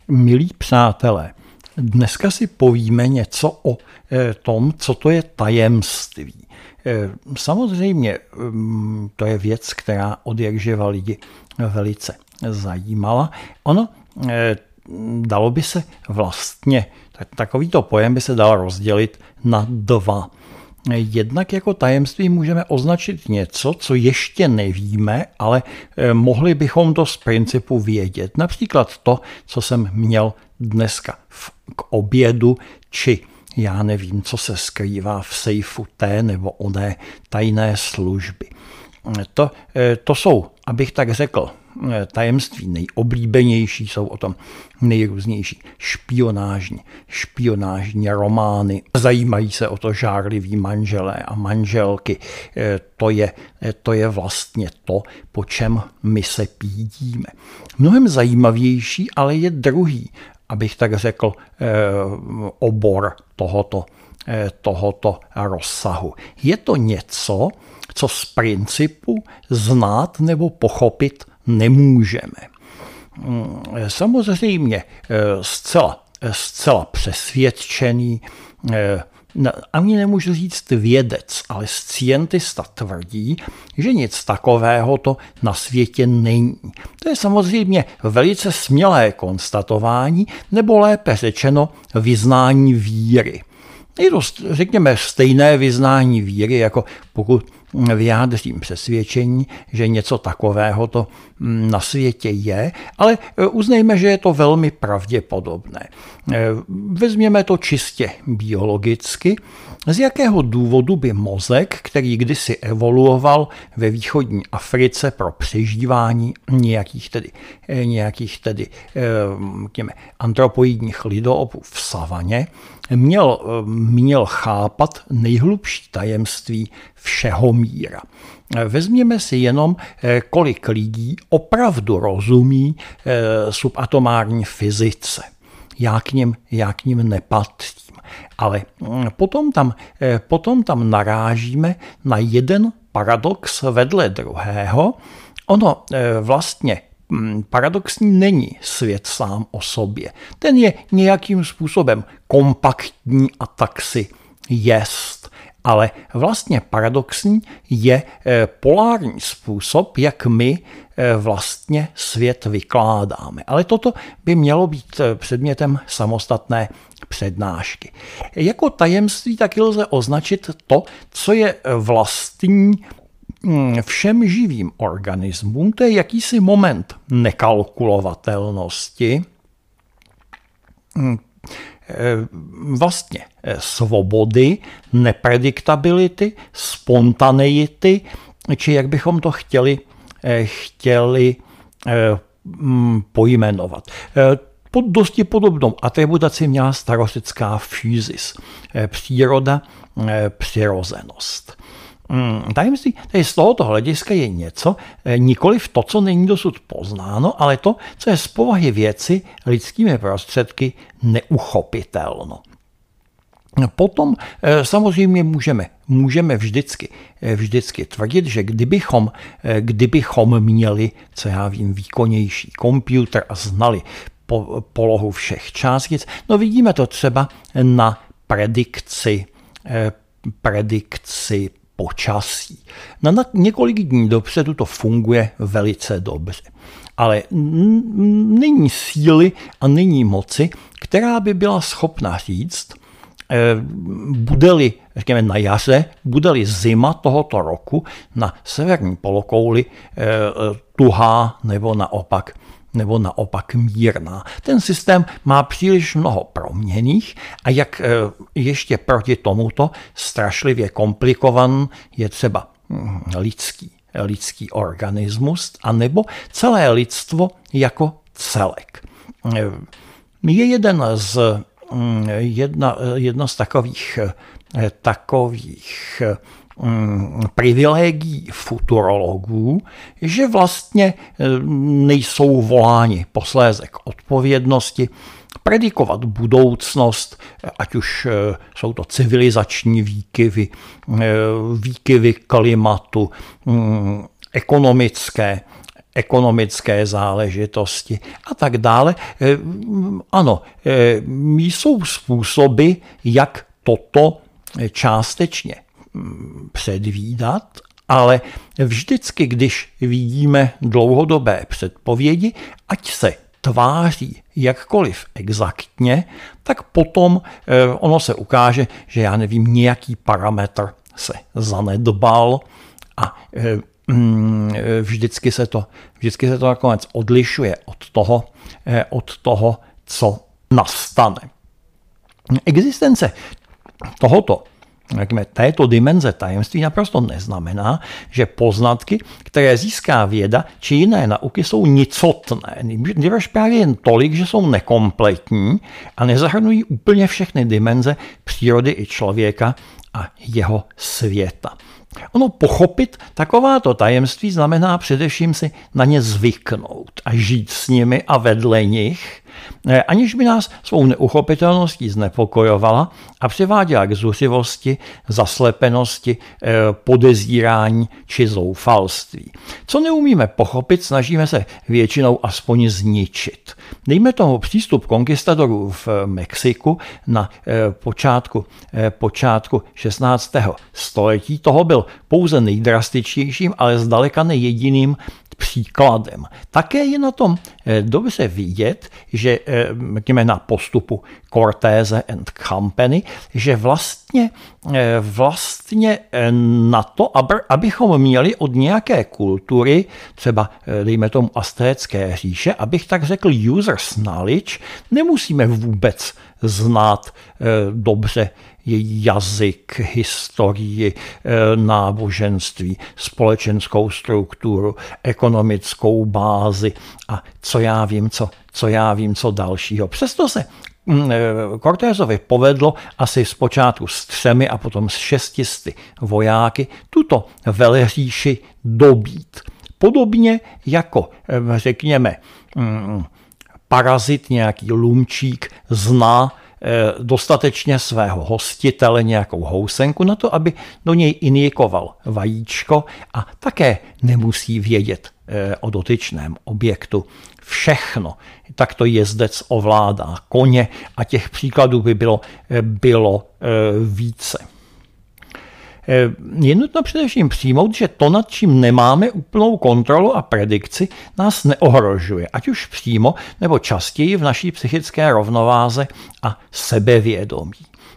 Milí přátelé, dneska si povíme něco o tom, co to je tajemství. Samozřejmě to je věc, která od jakživa lidi velice zajímala. Ono dalo by se vlastně, takovýto pojem by se dal rozdělit na dva. Jednak jako tajemství můžeme označit něco, co ještě nevíme, ale mohli bychom to z principu vědět. Například to, co jsem měl dneska k obědu, či já nevím, co se skrývá v sejfu té nebo oné tajné služby. To jsou, abych tak řekl, tajemství nejoblíbenější, jsou o tom nejrůznější špionážní romány. Zajímají se o to žárliví manželé a manželky. To je vlastně to, po čem my se pídíme. Mnohem zajímavější ale je druhý, abych tak řekl, obor tohoto rozsahu. Je to něco, co z principu znát nebo pochopit nemůžeme. Samozřejmě zcela přesvědčený, ani nemůžu říct vědec, ale scientista tvrdí, že nic takového to na světě není. To je samozřejmě velice smělé konstatování, nebo lépe řečeno vyznání víry. Je to, řekněme, stejné vyznání víry, jako pokud vyjádřím přesvědčení, že něco takového to na světě je, ale uznejme, že je to velmi pravděpodobné. Vezměme to čistě biologicky. Z jakého důvodu by mozek, který kdysi evoluoval ve východní Africe pro přežívání nějakých tedy antropoidních lidoopů v savaně, měl chápat nejhlubší tajemství všeho míra. Vezměme si jenom, kolik lidí opravdu rozumí subatomární fyzice. Já k nim nepatřím. Ale potom tam narážíme na jeden paradox vedle druhého. Ono vlastně paradoxní není svět sám o sobě. Ten je nějakým způsobem kompaktní a tak si jest. Ale vlastně paradoxní je polární způsob, jak my vlastně svět vykládáme. Ale toto by mělo být předmětem samostatné přednášky. Jako tajemství taky lze označit to, co je vlastní všem živým organismům. To je jakýsi moment nekalkulovatelnosti, vlastně svobody, neprediktability, spontaneity, či jak bychom to chtěli pojmenovat. Pod dosti podobnou atributaci měla starořecká fyzis, příroda, přirozenost. Tajemství tady z tohoto hlediska je něco, nikoliv to, co není dosud poznáno, ale to, co je z povahy věci lidskými prostředky neuchopitelno. Potom samozřejmě můžeme vždycky tvrdit, že kdybychom měli, co já vím, výkonnější počítač a znali polohu všech částic, no vidíme to třeba na predikci počasí. Na několik dní dopředu to funguje velice dobře. Ale není síly a není moci, která by byla schopna říct, bude-li, řekněme, na jaře, bude-li zima tohoto roku na severní polokouli tuhá nebo naopak mírná. Ten systém má příliš mnoho proměnných a jak ještě proti tomuto strašlivě komplikovaný je třeba lidský organismus anebo celé lidstvo jako celek. Je jedna z takových privilegií futurologů, že vlastně nejsou voláni posléze k odpovědnosti predikovat budoucnost, ať už jsou to civilizační výkyvy klimatu, ekonomické záležitosti a tak dále. Ano, jsou způsoby, jak toto částečně předvídat, ale vždycky, když vidíme dlouhodobé předpovědi, ať se tváří jakkoliv exaktně, tak potom ono se ukáže, že já nevím, nějaký parametr se zanedbal a vždycky se to nakonec odlišuje od toho, co nastane. Existence této dimenze tajemství naprosto neznamená, že poznatky, které získá věda či jiné nauky, jsou nicotné. Nýbrž právě jen tolik, že jsou nekompletní a nezahrnují úplně všechny dimenze přírody i člověka a jeho světa. Ono pochopit takováto tajemství znamená především si na ně zvyknout a žít s nimi a vedle nich, aniž by nás svou neuchopitelností znepokojovala a přiváděla k zuřivosti, zaslepenosti, podezírání či zoufalství. Co neumíme pochopit, snažíme se většinou aspoň zničit. Dejme tomu přístup konkistadorů v Mexiku na počátku 16. století. Toho byl pouze nejdrastičtějším, ale zdaleka nejjediným příkladem. Také je na tom dobře vidět, že na postupu Cortése and Company, že vlastně na to, abychom měli od nějaké kultury, třeba dejme tomu aztécké říše, abych tak řekl user's knowledge, nemusíme vůbec znát dobře její jazyk, historii, náboženství, společenskou strukturu, ekonomickou bázi a co já vím, co dalšího. Přesto se Cortésovi povedlo asi zpočátku s 3 a potom s 600 vojáky tuto velříši dobít. Podobně jako, řekněme, parazit, nějaký lumčík zná dostatečně svého hostitele, nějakou housenku na to, aby do něj injikoval vajíčko a také nemusí vědět o dotyčném objektu všechno. Takto jezdec ovládá koně a těch příkladů by bylo více. Je nutno především přijmout, že to, nad čím nemáme úplnou kontrolu a predikci, nás neohrožuje, ať už přímo nebo častěji v naší psychické rovnováze a sebevědomí.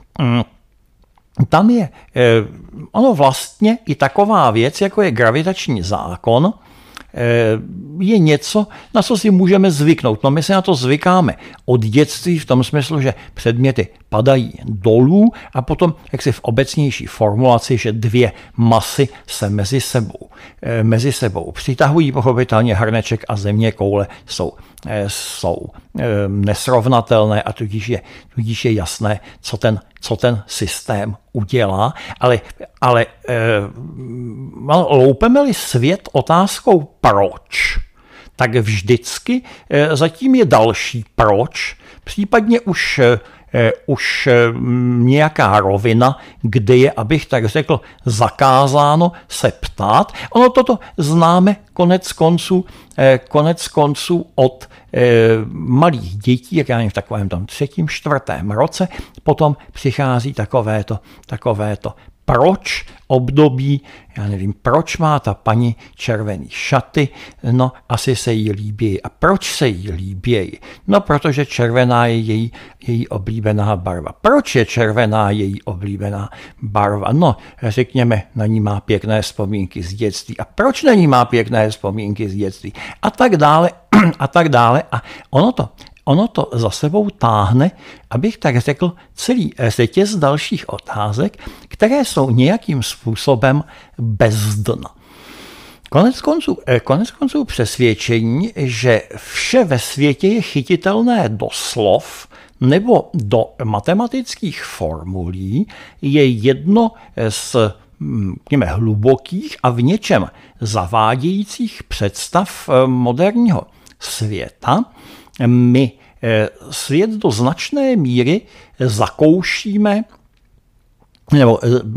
Tam je vlastně i taková věc, jako je gravitační zákon, je něco, na co si můžeme zvyknout. No my se na to zvykáme od dětství v tom smyslu, že předměty padají dolů a potom jaksi v obecnější formulaci, že 2 masy se mezi sebou přitahují, pochopitelně hrneček a zeměkoule jsou nesrovnatelné a tudíž je jasné, co ten systém udělá, ale loupeme-li svět otázkou proč, tak vždycky zatím je další proč, případně už nějaká rovina, kde je, abych tak řekl, zakázáno se ptát. Ono toto známe konec konců od malých dětí, jak já nevím, v takovém tom 3., 4. roce, potom přichází takovéto proč období, já nevím, proč má ta paní červený šaty, no asi se jí líbí. A proč se jí líbí? No protože červená je její oblíbená barva. Proč je červená její oblíbená barva? No, řekněme, na ní má pěkné vzpomínky z dětství. A proč na ní má pěkné vzpomínky z dětství? A tak dále, a tak dále. A ono to za sebou táhne, abych tak řekl, celý řetěz dalších otázek, které jsou nějakým způsobem bez dna. Konec konců přesvědčení, že vše ve světě je chytitelné do slov nebo do matematických formulí, je jedno z hlubokých a v něčem zavádějících představ moderního světa. My svět do značné míry zakoušíme nebo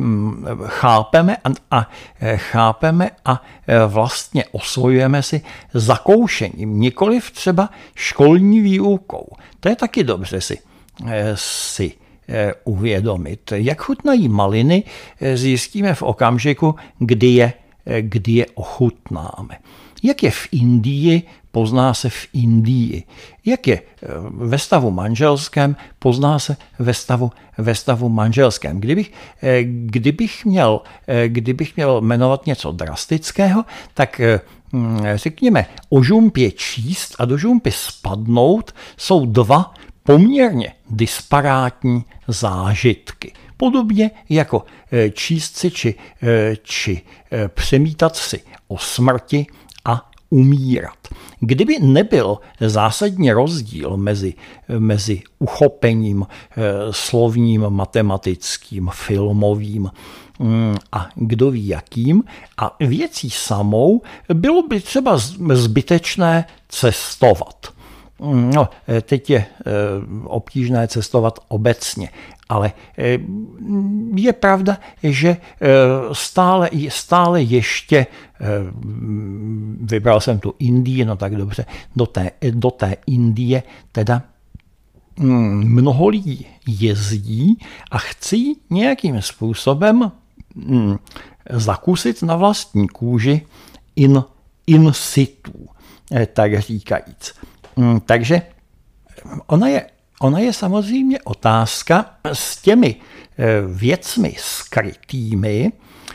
chápeme a vlastně osvojujeme si zakoušením, nikoliv třeba školní výukou. To je taky dobře si uvědomit. Jak chutnají maliny, zjistíme v okamžiku, kdy je ochutnáme. Jak je v Indii, pozná se v Indii. Jak je ve stavu manželském, pozná se ve stavu manželském. Kdybych měl jmenovat něco drastického, tak řekněme, o žumpě číst a do žumpy spadnout jsou dva poměrně disparátní zážitky. Podobně jako číst si či přemítat si o smrti a umírat. Kdyby nebyl zásadní rozdíl mezi uchopením slovním, matematickým, filmovým a kdo ví jakým a věcí samou, bylo by třeba zbytečné cestovat. No, teď je obtížné cestovat obecně, ale je pravda, že stále ještě vybral jsem tu Indii, no tak dobře, do té Indie teda mnoho lidí jezdí a chci nějakým způsobem zakusit na vlastní kůži in situ, tak říkajíc. Takže ona je samozřejmě otázka s těmi věcmi skrytými.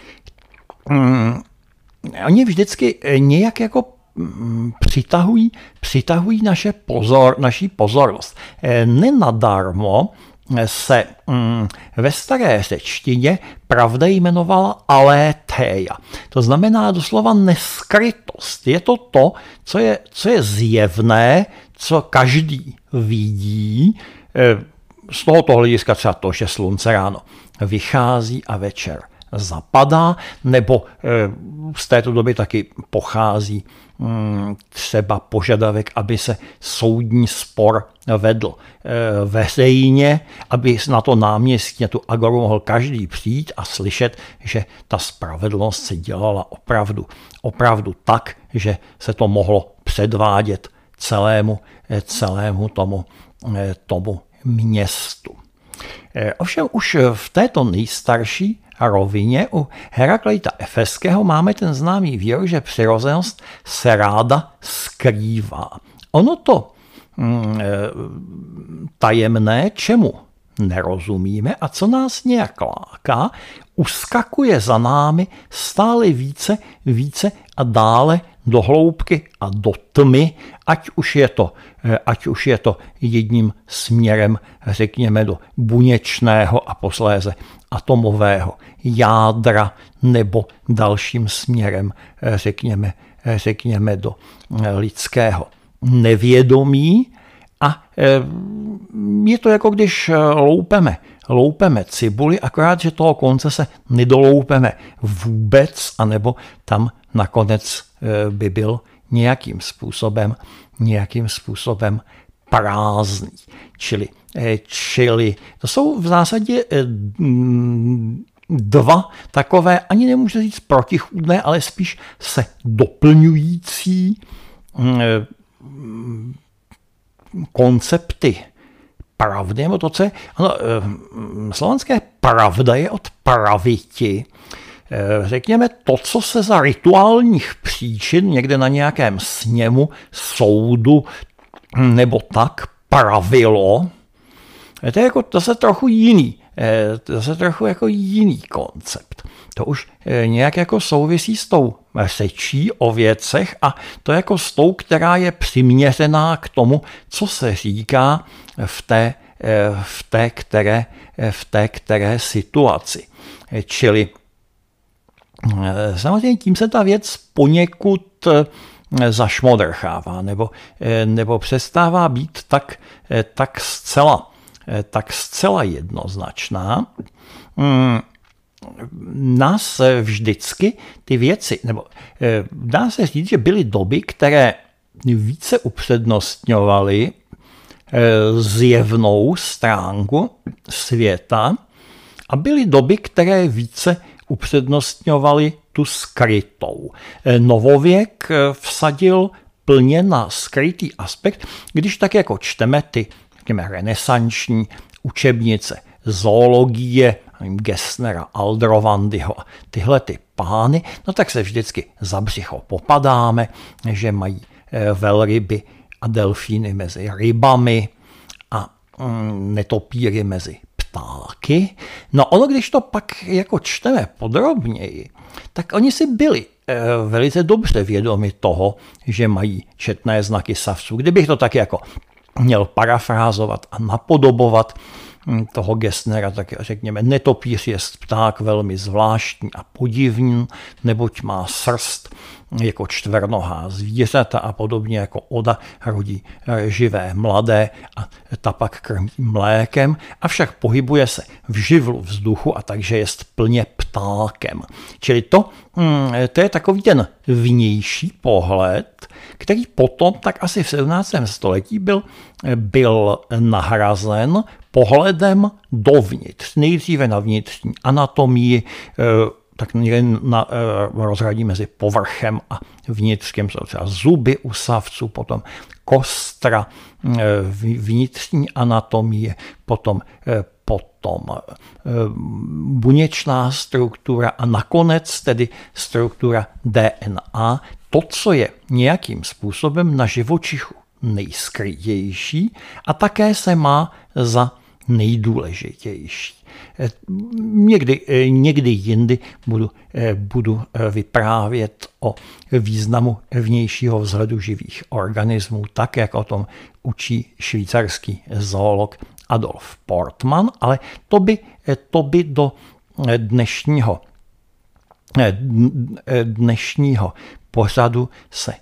Oni vždycky nějak jako přitahují naší pozornost. Nenadarmo se ve staré řečtině pravda jmenovala aletheia. To znamená doslova neskrytost. Je to, co je zjevné, co každý vidí. Z tohoto hlediska třeba to, že slunce ráno vychází a večer zapadá, nebo z této doby taky pochází třeba požadavek, aby se soudní spor vedl veřejně, aby na to náměstí, na tu agoru mohl každý přijít a slyšet, že ta spravedlnost se dělala opravdu tak, že se to mohlo předvádět celému tomu městu. Ovšem už v této nejstarší rovině u Herakleita Efeského máme ten známý výrok, že přirozenost se ráda skrývá. Ono to tajemné, čemu nerozumíme a co nás nějak láká, uskakuje za námi stále více a dále do hloubky a do tmy, ať už je to jedním směrem, řekněme, do buněčného a posléze atomového jádra, nebo dalším směrem, řekněme do lidského nevědomí. A je to jako když loupeme cibuli, akorát, že toho konce se nedoloupeme vůbec, anebo tam nakonec by byl nějakým způsobem prázdný. Čili to jsou v zásadě dva takové, ani nemůžu říct protichůdné, ale spíš se doplňující koncepty pravdy, nebo to, co je, slovanské pravda je od praviti. Řekněme, to, co se za rituálních příčin někde na nějakém sněmu, soudu nebo tak pravilo, to je jako zase trochu jiný koncept. To už nějak jako souvisí s tou řečí o věcech a to jako s tou, která je přiměřená k tomu, co se říká v té které situaci. Čili samozřejmě tím se ta věc poněkud zašmodrchává nebo přestává být tak zcela jednoznačná. Nás vždycky ty věci, nebo dá se říct, že byly doby, které více upřednostňovaly zjevnou stránku světa A byly doby, které více upřednostňovaly tu skrytou. Novověk vsadil plně na skrytý aspekt, když tak jako čteme ty renesanční učebnice zoologie, Gessnera, Aldrovandyho a tyhle ty pány, no tak se vždycky za břicho popadáme, že mají velryby a delfíny mezi rybami a netopíry mezi ptáky. No ono, když to pak jako čteme podrobněji, tak oni si byli velice dobře vědomi toho, že mají četné znaky savců. Kdybych to tak jako měl parafrázovat a napodobovat toho Gessnera, tak řekněme, netopíř je pták velmi zvláštní a podivný, neboť má srst jako čtvernohá zvířata a podobně jako oda rodí živé mladé a ta pak krmí mlékem, avšak pohybuje se v živlu vzduchu a takže je plně ptákem. Čili to je takový ten vnější pohled, který potom tak asi v 17. století byl nahrazen pohledem dovnitř. Nejdříve na vnitřní anatomii, tak rozhradí mezi povrchem a vnitřkem, jsou třeba zuby u savců, potom kostra, vnitřní anatomie, potom buněčná struktura a nakonec tedy struktura DNA, to, co je nějakým způsobem na živočichu nejskrytější a také se má za nejdůležitější. Někdy jindy budu vyprávět o významu vnějšího vzhledu živých organismů, tak jak o tom učí švýcarský zoolog Adolf Portman, ale to by do dnešního pořadu se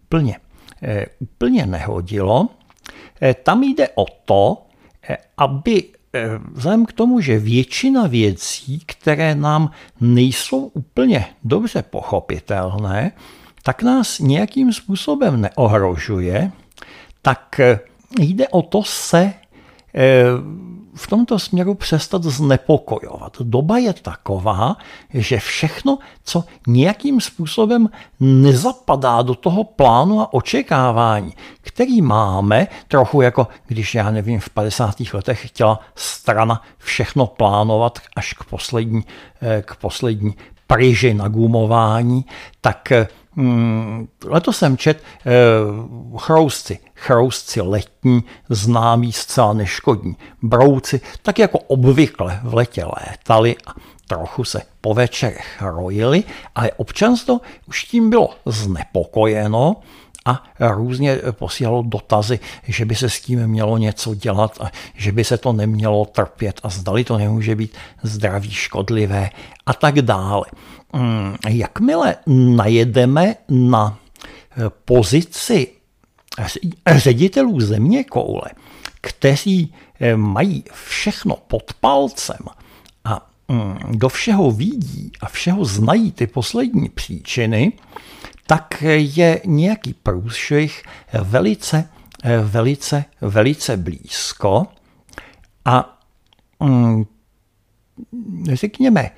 úplně nehodilo. Tam jde o to, aby vzhledem k tomu, že většina věcí, které nám nejsou úplně dobře pochopitelné, tak nás nějakým způsobem neohrožuje, tak jde o to se v tomto směru přestat znepokojovat. Doba je taková, že všechno, co nějakým způsobem nezapadá do toho plánu a očekávání, který máme, trochu jako když, já nevím, v 50. letech chtěla strana všechno plánovat až k poslední pryži na gumování, tak letos jsem čet chroustci letní, známí, zcela neškodní brouci, tak jako obvykle v letě létali a trochu se po večerech rojili, ale občanstvo už tím bylo znepokojeno a různě posílalo dotazy, že by se s tím mělo něco dělat a že by se to nemělo trpět a zdali to nemůže být zdraví škodlivé a tak dále. Jakmile najedeme na pozici ředitelů zeměkoule, kteří mají všechno pod palcem a do všeho vidí a všeho znají ty poslední příčiny, tak je nějaký průšvih velice blízko a řekněme,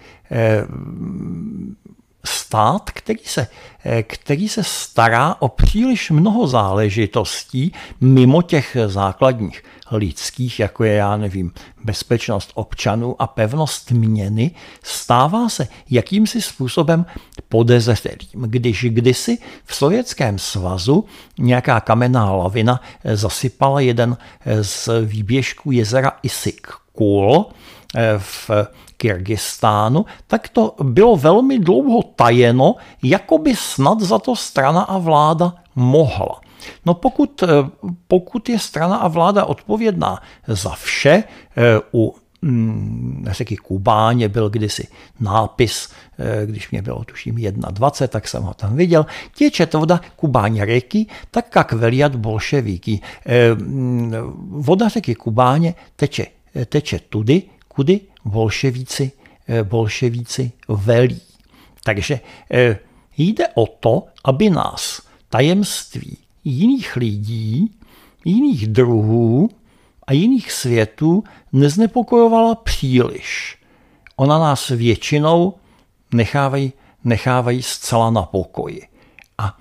stát, který se stará o příliš mnoho záležitostí mimo těch základních lidských, jako je, já nevím, bezpečnost občanů a pevnost měny, stává se jakýmsi způsobem podezřelým. Když kdysi v Sovětském svazu nějaká kamenná lavina zasypala jeden z výběžků jezera Issyk-Kul v Kyrgyzstánu, tak to bylo velmi dlouho tajeno, jako by snad za to strana a vláda mohla. No pokud je strana a vláda odpovědná za vše, u řeky Kubáně byl kdysi nápis, když mě bylo tuším 21, tak jsem ho tam viděl, těče voda Kubáně řeky, tak jak veliat bolševíky. Voda řeky Kubáně teče tudy, kudy bolševíci velí. Takže jde o to, aby nás tajemství jiných lidí, jiných druhů a jiných světů neznepokojovala příliš. ona nás většinou nechávají zcela na pokoji. A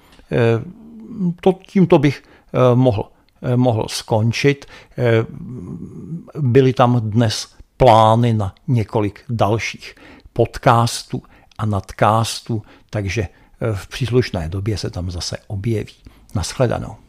tímto bych mohl skončit. Byly tam dnes plány na několik dalších podcastů a nadcastů, takže v příslušné době se tam zase objeví. Nashledanou.